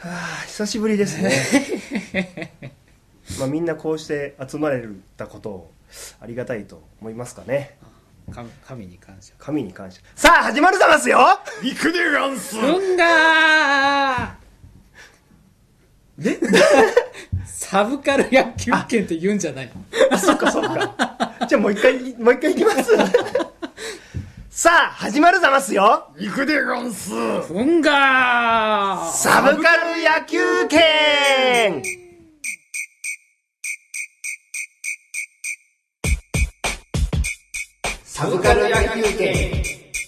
久しぶりですねまあみんなこうして集まれたことをありがたいと思いますかね。 神に感謝。 神に感謝。さあ始まるざますよ。 行くでガンスうんがーでサブカル野球拳って言うんじゃないの？ あ、そっかそっか。じゃあもう一回いきますさあ始まるざますよ。 行くでガンスうんがーサブカル野球拳。サブカル野球拳。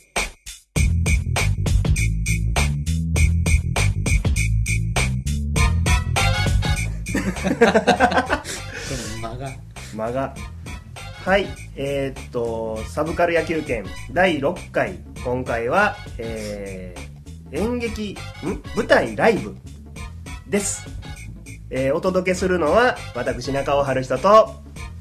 間がはいサブカル野球拳第6回。今回は、演劇舞台ライブです。お届けするのは私中尾春人と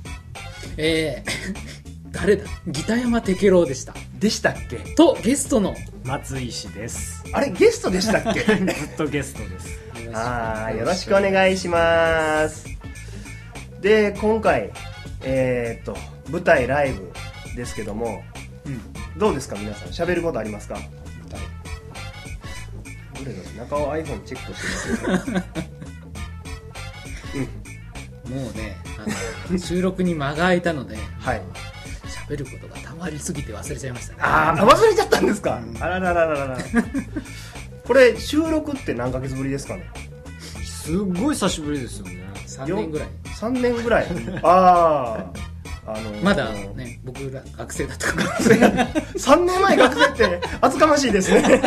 誰だ、ギタヤマテケロウでしたっけと、ゲストの松井氏です。 あれゲストでしたっけずっとゲストです。 よろしくお願いします。で今回舞台ライブですけども、どうですか皆さん、喋ることありますか？舞台どれだ、中尾 iPhone チェックしてますよもうね、収録に間が空いたので、 はい喋ることがたまりすぎて忘れちゃいましたね。 忘れちゃったんですか？あらららららこれ収録って何ヶ月ぶりですかね？ すっごい久しぶりですよね。 3年ぐらい。 3年ぐらいまだね、僕ら学生だったかも 3年前学生って厚かましいですね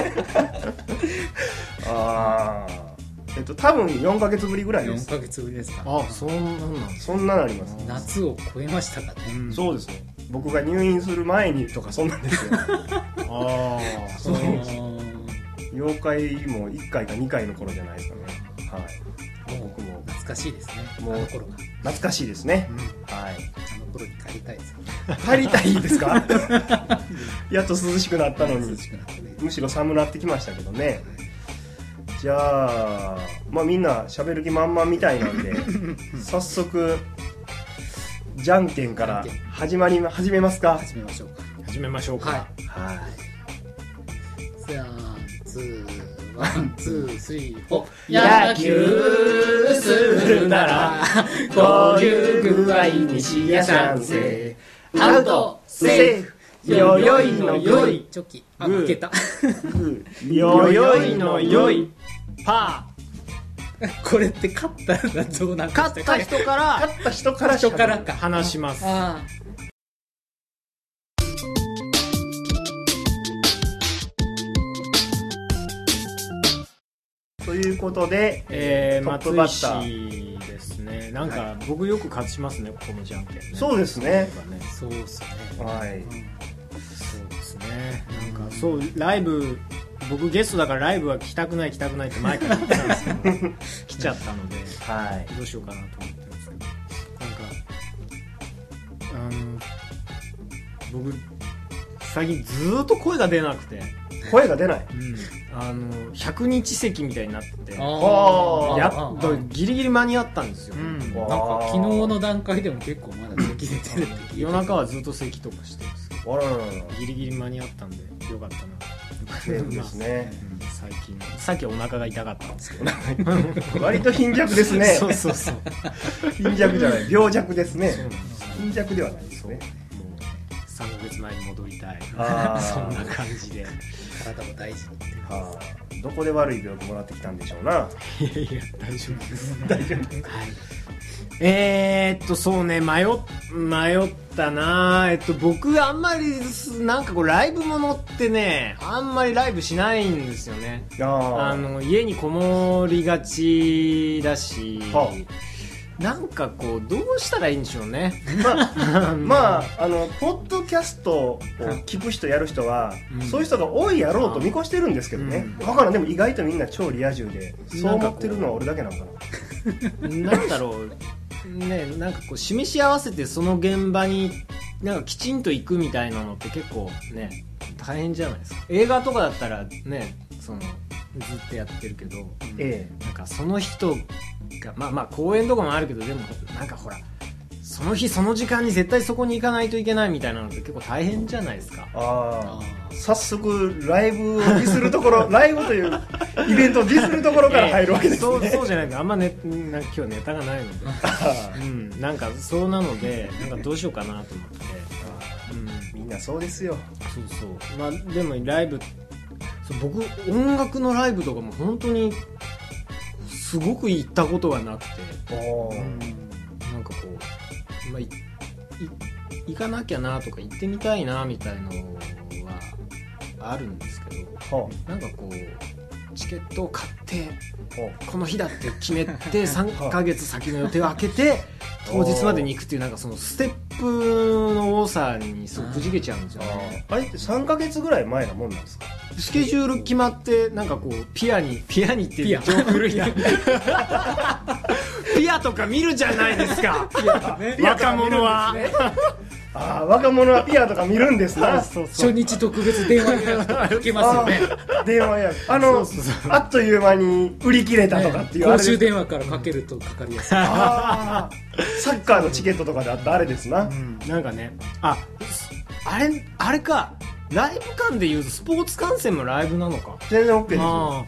多分4ヶ月ぶりぐらいです。 4ヶ月ぶりですか。 そんなのあります。 夏を超えましたかね。 そうですね。僕が入院する前にとかそんなんですよそう妖怪も1回か2回の頃じゃないですかね。 僕も懐かしいですね。 もうあの頃が懐かしいですね。 あの頃に帰りたいですね。 帰りたいですかやっと涼しくなったのに、むしろ寒なってきましたけどね。じゃあみんな喋る気満々みたいなんで早速じゃんけんから始めますか。 始めましょうか。 はいワンツースリーほ野球するならこういう具合にしやさんせ。アウトセーフよよいのよいチョキ負けたよよいのよいパー。これって勝ったらどうなん勝った人からか話します。 ということで、 松井氏ですね。なんか僕よく勝ちますね、このじゃんけんね。 そうですね。 そうですね。 はい。 そうですね。なんかそうライブ、僕ゲストだからライブは来たくないって前から言ってたんですけど来ちゃったので、どうしようかなと思ってるんですけど、なんか僕最近ずーっと声が出なくて。 声が出ない。 100日席みたいになってて、やっとギリギリ間に合ったんですよ。 なんか昨日の段階でも結構まだ席出てるって。 夜中はずっと咳とかしてるんですけど、 あらギリギリ間に合ったんでよかったな。 ですね。 最近さっきお腹が痛かったんですけど割と貧弱ですね。 そう貧弱じゃない、病弱ですね。貧弱ではないですね。 3ヶ月前に戻りたい。そんな感じで体も大事にっていう。 どこで悪い病気もらってきたんでしょうな。 いや大丈夫です大丈夫です。そうね、迷ったな。僕あんまりなんかライブものってね、あんまりライブしないんですよね。家にこもりがちだし、なんかどうしたらいいんでしょうね。 ポッドキャストを聞く人やる人は、そういう人が多いやろうと見越してるんですけどね。だからでも意外とみんな超リア充で、そう思ってるのは俺だけなのかな。 なんだろうね、なんか示し合わせてその現場になんかきちんと行くみたいなのって結構ね大変じゃないですか。映画とかだったらね、 ずっとやってるけど、 えなんかその人がまあ公演とかもあるけど、でもなんかほらその日その時間に絶対そこに行かないといけないみたいなのって結構大変じゃないですか。 早速ライブをディスるところライブというイベントをディスるところから入るわけですね。 そうじゃないか、あんまね、なんか今日ネタがないのでなんかそうなので、なんかどうしようかなと思ってみんなそうですよ。 そうまあでもライブ、僕音楽のライブとかも本当にすごく行ったことがなくて、なんかこう、まあ、行かなきゃなとか行ってみたいなみたいのはあるんですけど、なんかこうチケットを買ってこの日だって決めて3ヶ月先の予定を開けて当日までに行くっていう、なんかそのステップの多さにすごくくじけちゃうんですよね。 あれって3ヶ月ぐらい前なもんなんですか？ スケジュール決まってなんかこうピアにっていう情報古いなピアとか見るじゃないですか若者は。 若者はピアとか見るんですな。 初日特別電話予約受けますよね。 電話予約あっという間に売り切れたとかっていう、 公衆電話からかけるとかかりやすい。 サッカーのチケットとかであったあれですな。 なんかね、あれか、ライブ館でいうとスポーツ観戦もライブなのか。 全然 OK ですよ。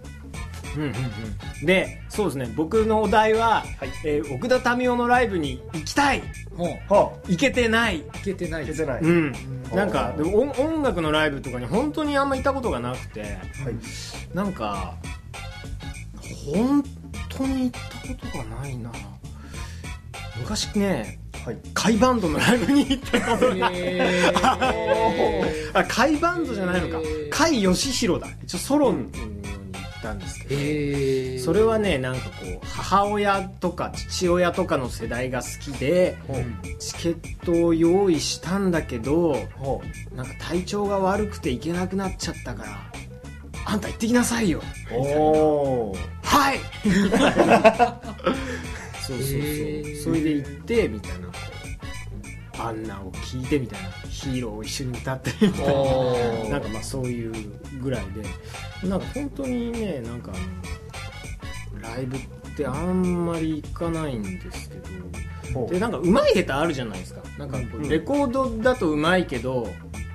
で、そうですね、僕のお題は、奥田民生のライブに行きたい、行けてないなんかでも音楽のライブとかに本当にあんま行ったことがなくて、なんか本当に行ったことがないな。昔ね、甲斐バンドのライブに行ったことが甲斐バンドじゃないのか、甲斐義弘だ、ソロに行ったんですけど、それはね、なんかこう母親とか父親とかの世代が好きでチケットを用意したんだけど、なんか体調が悪くて行けなくなっちゃったから、あんた行ってきなさいよみたいな。はいそうそれで行ってみたいな、アンナを聴いてみたいな、ヒーローを一緒に歌ってみたいな、なんかまあそういうぐらいで、なんか本当にね、なんかライブってあんまり行かないんですけど、でなんか上手い下手あるじゃないですか。なんかこうレコードだと上手いけど、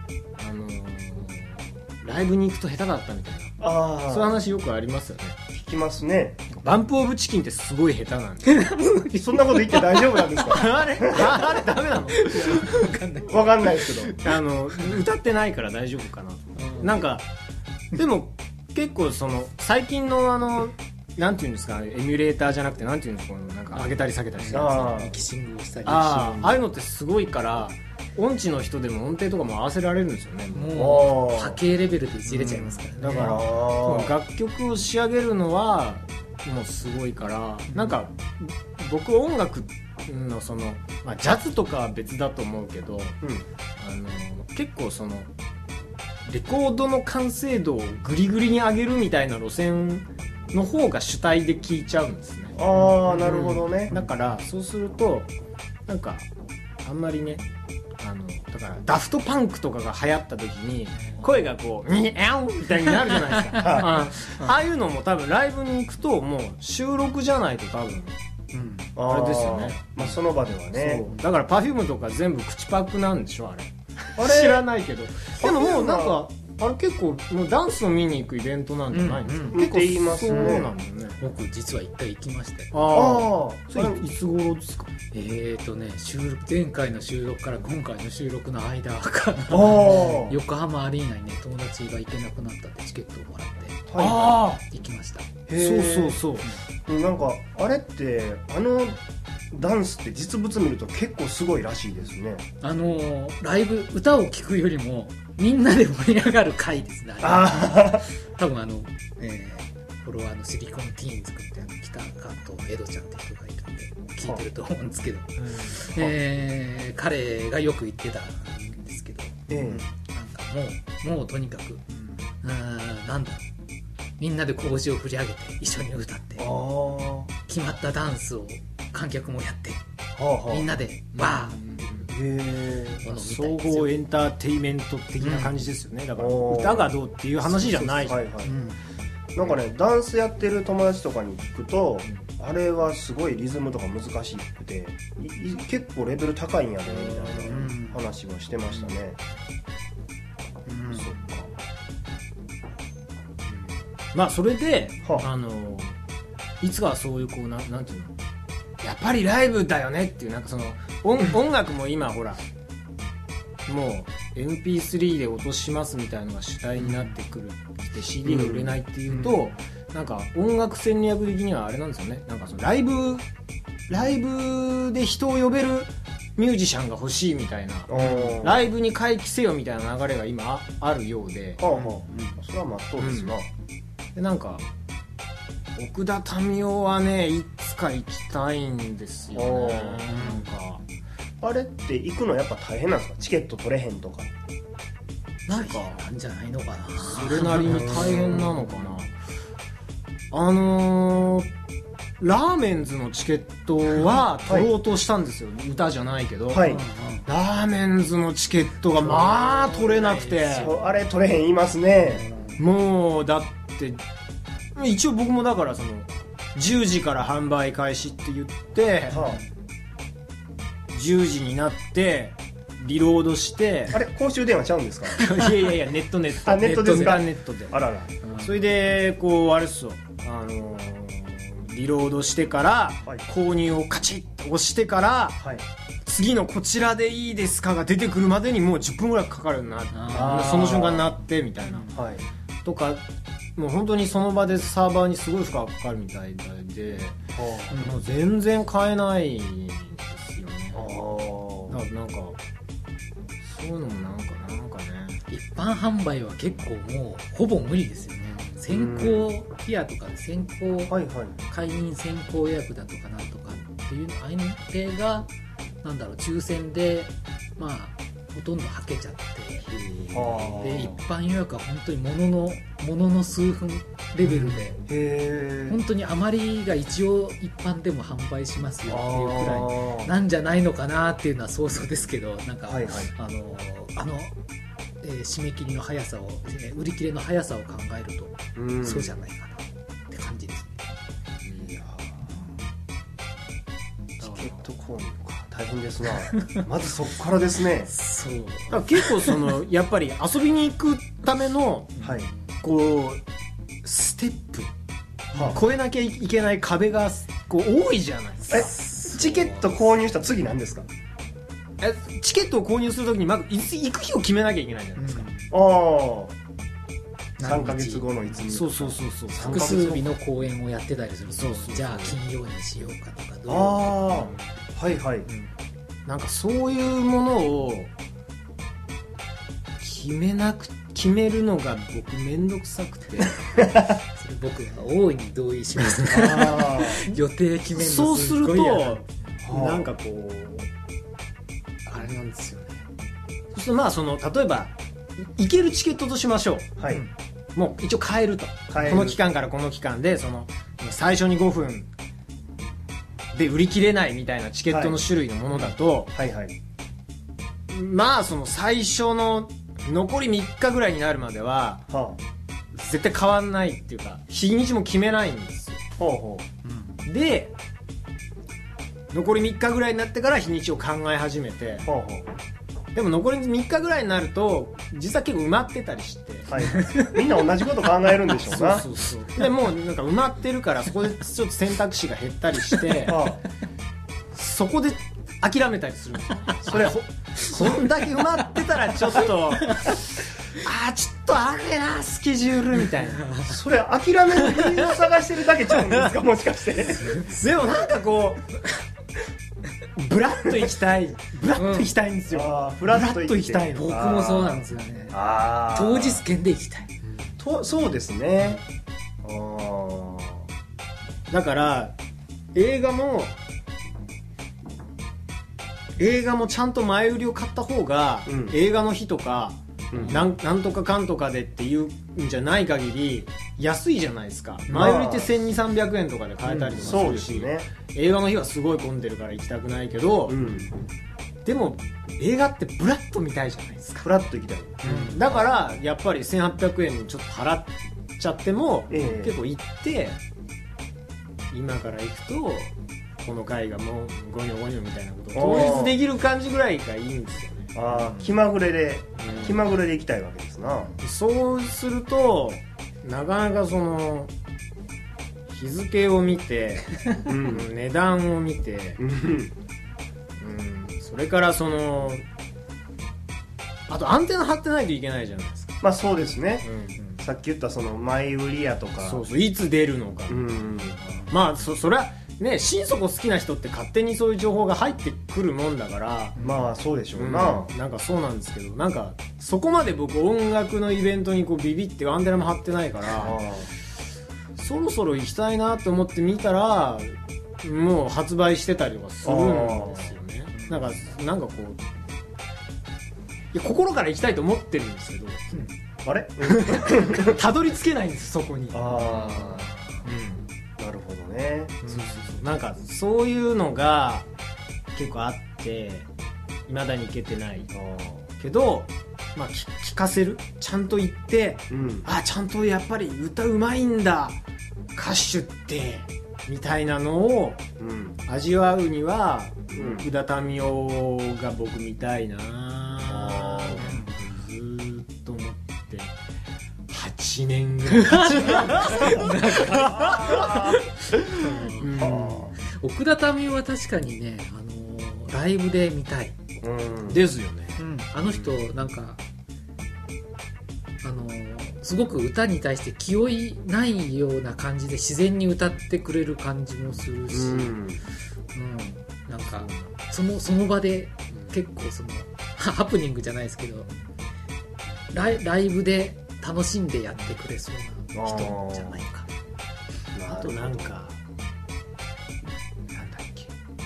ライブに行くと下手だったみたいな、そういう話よくありますよね。 聞きますね。 バンプオブチキンってすごい下手なんでそんなこと言って大丈夫なんですか？ あれダメなの？ わかんないですけど、 歌ってないから大丈夫かな。なんかでも結構その最近のなんていうんですか、エミュレーターじゃなくてなんていうんですか、なんか上げたり下げたりするミキシングをしたり、 ああいうのってすごいから、音痴の人でも音程とかも合わせられるんですよね。 もう波形レベルでいじれちゃいますからね。 だから楽曲を仕上げるのはもうすごいから、なんか僕音楽のその、まあ、ジャズとかは別だと思うけど、結構そのレコードの完成度をグリグリに上げるみたいな路線の方が主体で聴いちゃうんですね。 なるほどね。 だからそうするとなんかあんまりね、だからダフトパンクとかが流行った時に声がこうニャンみたいになるじゃないですかああいうのも多分ライブに行くともう収録じゃないと多分、あれですよね。 まあその場ではね。 そうだから Perfume とか全部口パクなんでしょ、あれ知らないけど。でももうなんかあれ結構もうダンスを見に行くイベントなんじゃないんですか？ 見て言いますね。 そうなんだよね。 僕実は一回行きまして。 それいつ頃ですか？ 前回の収録から今回の収録の間かな。横浜アリーナにね、友達が行けなくなったってチケットをもらって行きました。 そうなんかあれってダンスって実物見ると結構すごいらしいですね。 ライブ歌を聴くよりもみんなで盛り上がる回ですね。多分フォロワーのシリコンティーンズ君って北関東のエドちゃんって人がいるんで聞いてると思うんですけど、彼がよく言ってたんですけど、なんかもうとにかくなんだろう、みんなで拳を振り上げて一緒に歌って決まったダンスを観客もやってみんなでわー総合エンターテイメント的な感じですよね。だから歌がどうっていう話じゃないじゃん。 なんかねダンスやってる友達とかに聞くと、あれはすごいリズムとか難しくて結構レベル高いんやでみたいな話はしてましたね。そっか。 まあそれで、いつかはそういうこうなんていうの、やっぱりライブだよねっていう、なんかその音楽も今ほらもう MP3 で落としますみたいなのが主体になってくるって CD が売れないっていうと、なんか音楽戦略的にはあれなんですよね。なんかそのライブで人を呼べるミュージシャンが欲しいみたいな、ライブに回帰せよみたいな流れが今あるようで、 それはまっとうですな。 でなんか奥田民生はねいつか行きたいんですよね。なんかあれって行くのやっぱ大変なんですか？チケット取れへんとか。 なんかなんじゃないのかな。 それなりに大変なのかな。ラーメンズのチケットは取ろうとしたんですよ、歌じゃないけど、ラーメンズのチケットがまあ取れなくて、 あれ取れへん言いますね。 もうだって一応僕もだからその10時から販売開始って言って、10時になってリロードして、 あれ公衆電話ちゃうんですか？ いやネットネットネットですか？ ネットで。 あらら。 それでこうあれっすよ、リロードしてから、購入をカチッと押してから、次のこちらでいいですかが出てくるまでにもう10分ぐらいかかるな、その瞬間になってみたいな、とかもう本当にその場でサーバーにすごい負荷がかかるみたいで、もう全然買えないんですよね。だからなんかそういうのもなんかね、 一般販売は結構もうほぼ無理ですよね。先行ピアとか先行会員先行予約だとかなんとかっていう相手がなんだろう、抽選でまあほとんどはけちゃって、で一般予約は本当にものの数分レベルで、本当に余りが一応一般でも販売しますよっていうくらいなんじゃないのかなっていうのは想像ですけど、なんか締め切りの速さを、売り切れの速さを考えると、そうじゃないかなって感じですね。 いやチケット購入か大変ですな。まずそこからですね。 そうだから結構そのやっぱり遊びに行くための、こうステップ、越えなきゃいけない壁がこう多いじゃないですか。 チケット購入した次何ですか？ チケットを購入するときにまず行く日を決めなきゃいけないじゃないですか。 3ヶ月後のいつに。 そう複数日の公演をやってたりすると、じゃあ金曜にしようかとかどう、 なんかそういうものを決めるのが僕めんどくさくてそれ僕は大いに同意します予定決めるのそうするとなんかこうあれなんですよね。そうするとまあその例えば行けるチケットとしましょう、もう一応買えると、この期間からこの期間でその最初に5分で売り切れないみたいなチケットの種類のものだと、まあその最初の残り3日ぐらいになるまでは、絶対変わんないっていうか日にちも決めないんですよ。で残り3日ぐらいになってから日にちを考え始めて、でも残り3日ぐらいになると実は結構埋まってたりして、 みんな同じこと考えるんでしょうな。 でもうなんか埋まってるからそこでちょっと選択肢が減ったりしてそこで諦めたりするんですよ。そんだけ埋まってたらちょっとちょっとあれなスケジュールみたいな。 それ諦める理由を探してるだけちゃうんですか、もしかして。 でもなんかこうブラッと行きたいんですよ。ブラッと行きたいの。 僕もそうなんですよね。当日券で行きたいそうですね。 だから映画もちゃんと前売りを買った方が、映画の日とか、なんとかかんとかでっていうんじゃない限り安いじゃないですか。前売りって1200、300円とかで買えたりとかするし、映画の日はすごい混んでるから行きたくないけど、でも映画ってブラッと見たいじゃないですか。 ブラッと行きたい、 だからやっぱり1800円ちょっと払っちゃっても、結構行って今から行くとこの回がもうゴニョゴニョみたいなことを当日できる感じぐらいがいいんですよね。 気まぐれで行きたいわけですな。 そうするとなかなかその日付を見て、値段を見て、それからそのあとアンテナ張ってないといけないじゃないですか。 まあそうですね、さっき言ったその前売りやとか、 そういつ出るのか、まあそれはね、心底好きな人って勝手にそういう情報が入ってくるもんだから、まあそうでしょうな、 なんかそうなんですけど、なんかそこまで僕音楽のイベントにこうビビってアンテナも張ってないから、そろそろ行きたいなと思って見たらもう発売してたりとかするんですよね。なんかこういや心から行きたいと思ってるんですけど、 あれたどり着けないんですそこに。 なるほどね。 そうなんかそういうのが結構あって未だに行けてないけど、まあ聞かせる、ちゃんと言って、ちゃんとやっぱり歌うまいんだ歌手ってみたいなのを味わうには、福田民生が僕見たいな、ずーっと思って8年ぐらい奥田民生は確かにね、ライブで見たい、 ですよね。 あの人なんかすごく歌に対して気負いないような感じで自然に歌ってくれる感じもするし、なんかその場で結構そのハプニングじゃないですけどライブで楽しんでやってくれそうな人じゃないか。 あとなんかなんだっけ、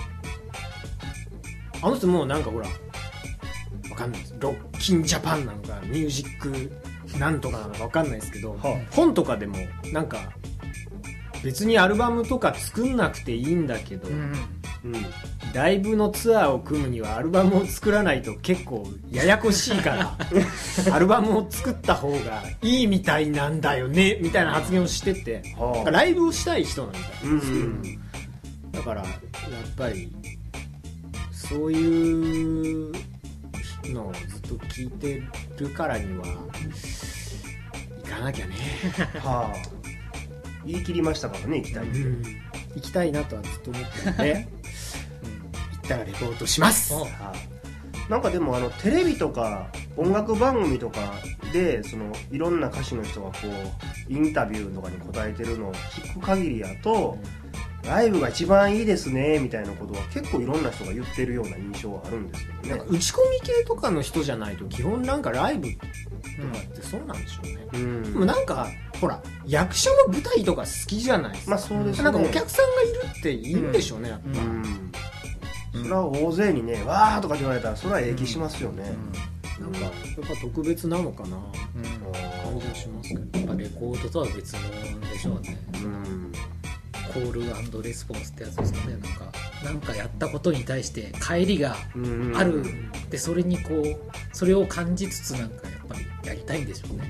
あの人もうなんかほらわかんないです、ロッキンジャパンなのかミュージックなんとかなのかわかんないですけど、本とかでもなんか別にアルバムとか作んなくていいんだけど、ライブのツアーを組むにはアルバムを作らないと結構ややこしいからアルバムを作った方がいいみたいなんだよねみたいな発言をしてて、ライブをしたい人なんだよ、だからやっぱりそういうのをずっと聞いてるからには行かなきゃね言い切りましたからね、行きたい、 行きたいなとはずっと思ってるんで行ったらレポートします。 なんかでもテレビとか音楽番組とかでそのいろんな歌手の人がこうインタビューとかに答えてるのを聞く限りやと、ライブが一番いいですねみたいなことは結構いろんな人が言ってるような印象はあるんですけどね。 打ち込み系とかの人じゃないと基本なんかライブとかってそうなんでしょうね、でもなんかほら役者も舞台とか好きじゃないですか。 まあそうですね。 なんかお客さんがいるっていいんでしょうね、やっぱ。 それは大勢にねわーとか言われたらそれは影響しますよね、 なんかやっぱ特別なのかな、感じはしますけど、 やっぱレコードとは別物でしょうね、コール&レスポンスってやつですかね。なんかやったことに対して帰りがある、でそれにこうそれを感じつつなんかやっぱりやりたいんでしょうね。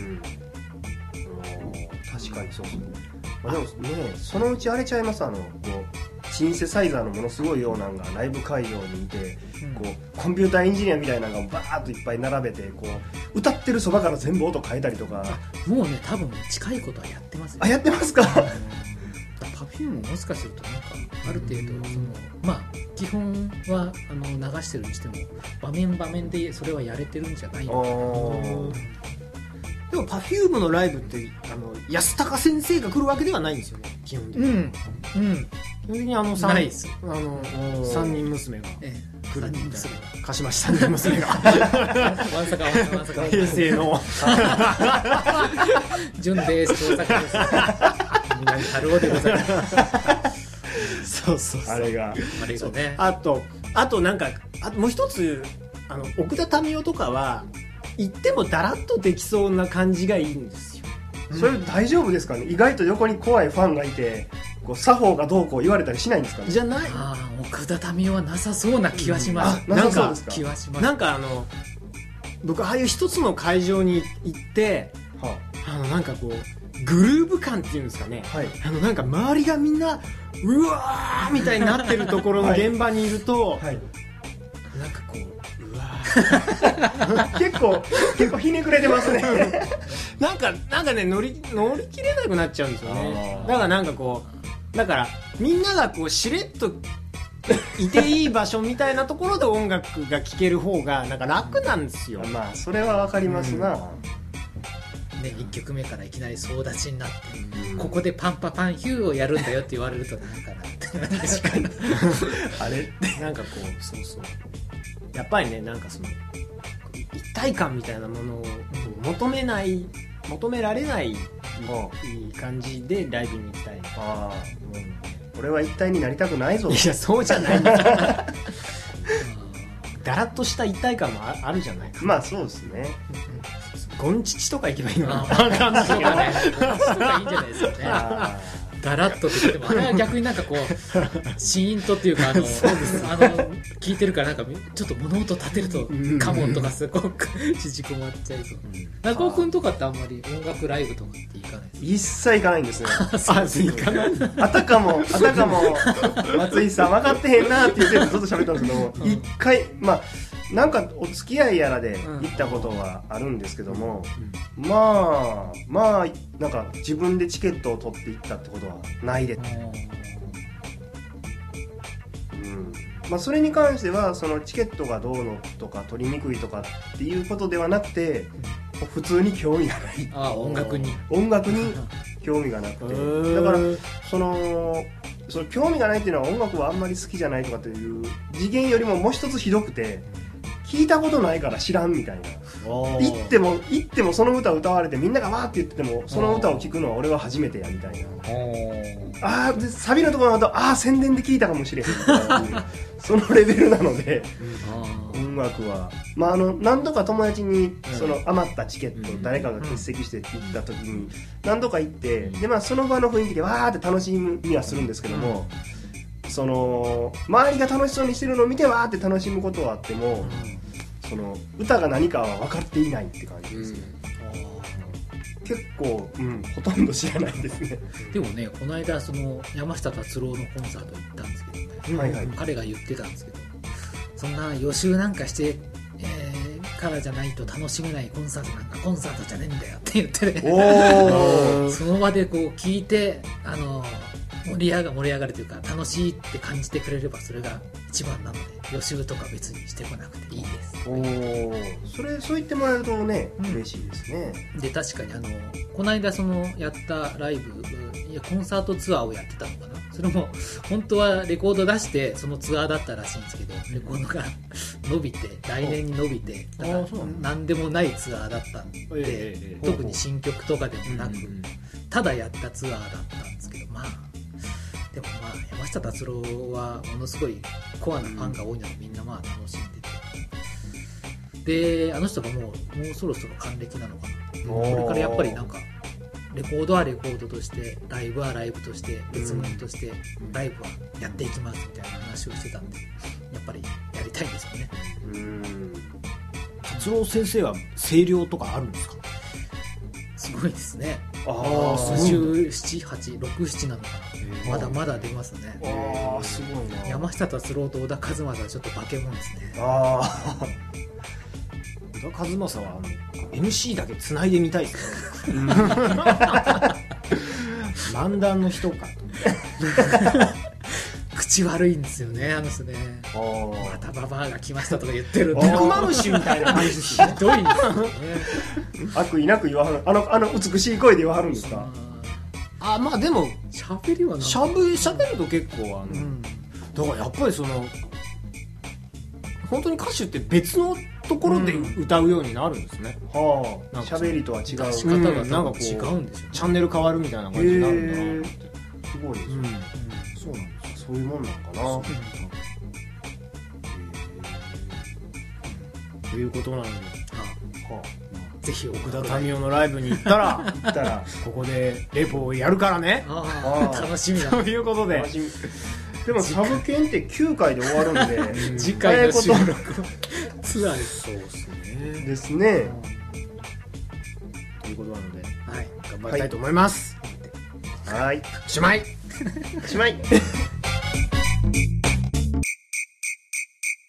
確かにそうですね。でもね、そのうちあれちゃいます、こうシンセサイザーのものすごいようなのがライブ会場にいて、こうコンピューターエンジニアみたいなのがバーッといっぱい並べてこう歌ってるそばから全部音変えたりとか。 もうね多分近いことはやってますよ。 やってますか。 Perfume ももしかするとなんかある程度そのまあ基本は流してるにしても場面でそれはやれてるんじゃないのかな。 でも Perfume のライブって安高先生が来るわけではないんですよね、基本的に。基本的にないです。 3人娘が来るみたいな。鹿島市3人娘が。 わんさか平成の。 純です。大阪です。南春夫でございます。 そう。 あれがね。 あとなんかもう一つ奥田民生とかは言ってもだらっとできそうな感じがいいんですよ。 それ大丈夫ですかね。意外と横に怖いファンがいてこう作法がどうこう言われたりしないんですかね。 じゃない。 奥田民生はなさそうな気はします。 なさそうですか。 気はします。 なんか僕ああいう一つの会場に行って、なんかこうグルーヴ感っていうんですかね、 はい、 なんか周りがみんなうわーみたいになってるところの現場にいると、はいはい、なんかこうわー結構ひねくれてますねなんかね乗り切れなくなっちゃうんですよね。だからなんかこうだからみんながこうしれっといていい場所みたいなところで音楽が聴ける方がなんか楽なんですよ。 まあそれはわかりますな、 ね、1曲目からいきなり総立ちになって、ここでパンパパンヒューをやるんだよって言われるとなんかなって確かにあれなんかこうそうやっぱりねなんかその一体感みたいなものを求められない感じでライブに行きたい。 俺は一体になりたくないぞ。 いやそうじゃないんだだらっとした一体感もあるじゃないか。 まあそうですね。 ゴンチチとか行けばいいのかな。 ゴンチチとかね、ゴンチチとかいいんじゃないですかね。だらっとって言ってもあれは逆になんかこうシーンとっていうか聞いてるからなんかちょっと物音立てるとカモンとかすごく縮こまっちゃいそう。中尾くんとかってあんまり音楽ライブとかって行かないですか？ 一切行かないんですね。 行かない。 あたかも松井さん分かってへんなって言ってずっと喋ったんですけども、一回まあなんかお付き合いやらで行ったことはあるんですけども、まあなんか自分でチケットを取って行ったってことはないです。まあ、それに関してはそのチケットがどうのとか取りにくいとかっていうことではなくて、普通に興味がない。 音楽に興味がなくて、だからその興味がないっていうのは音楽はあんまり好きじゃないとかという次元よりももう一つひどくて、聞いたことないから知らんみたいな。行ってもその歌を歌われてみんながわーって言っててもその歌を聴くのは俺は初めてやみたいな。でサビのところだと宣伝で聞いたかもしれへんみたいなそのレベルなので音楽は何度か友達にその余ったチケット誰かが欠席して行った時に何度か行って、でその場の雰囲気でわーって楽しみはするんですけども、その周りが楽しそうにしてるのを見てわーって楽しむことはあっても、その歌が何かは分かっていないって感じですね。結構、ほとんど知らないですね。 でもね、この間その山下達郎のコンサート行ったんですけどね、彼が言ってたんですけど、そんな予習なんかして、からじゃないと楽しめないコンサートなんかコンサートじゃねえんだよって言ってねその場でこう聞いて盛り上がるというか楽しいって感じてくれればそれが一番なので、予習とか別にしてこなくていいです。 そう言ってもらえるとね、嬉しいですね。 で確かにこの間そのやったライブコンサートツアーをやってたのかな。それも本当はレコード出してそのツアーだったらしいんですけど、レコードが伸びて来年に伸びて何でもないツアーだったんで、特に新曲とかでもなくただやったツアーだったんですけど、でも山下達郎はものすごいコアなファンが多いのでみんな楽しんでて、であの人がもうそろそろ還暦なのかな。これからやっぱりなんかレコードはレコードとしてライブはライブとして別物としてライブはやっていきますみたいな話をしてたんで、やっぱりやりたいんですよね。 達郎先生は声量とかあるんですか？ すごいですね。67、8、6、7なのかな。まだ出ますね。 すごいな。 山下達郎と小田和正はちょっと化け物ですね。 小田和正はMC だけつないでみたいですね漫談の人か口悪いんですよね、あの人ね。またババアが来ましたとか言ってるんで、 毒マムシみたいな感じひどいんですよね悪意なく言わはる。美しい声で言わはるんですか？ でも喋りはしゃべると結構だからやっぱりその本当に歌手って別のところで歌うようになるんですね。 喋りとは違う出し方がなんかこう違うんですよ、 チャンネル変わるみたいな感じになるんだなって。 すごいですね。そうなんです。そういうもんなんかな。 ということなので、 ぜひ奥田民生のライブに行ったらここでレポをやるからね。 楽しみだ。 ということで。 でもサブケンって9回で終わるんで次回の収録ツアーです。 そうですね。 ですね。 ということなので、はい、頑張りたいと思います。 はい、 しまいしまい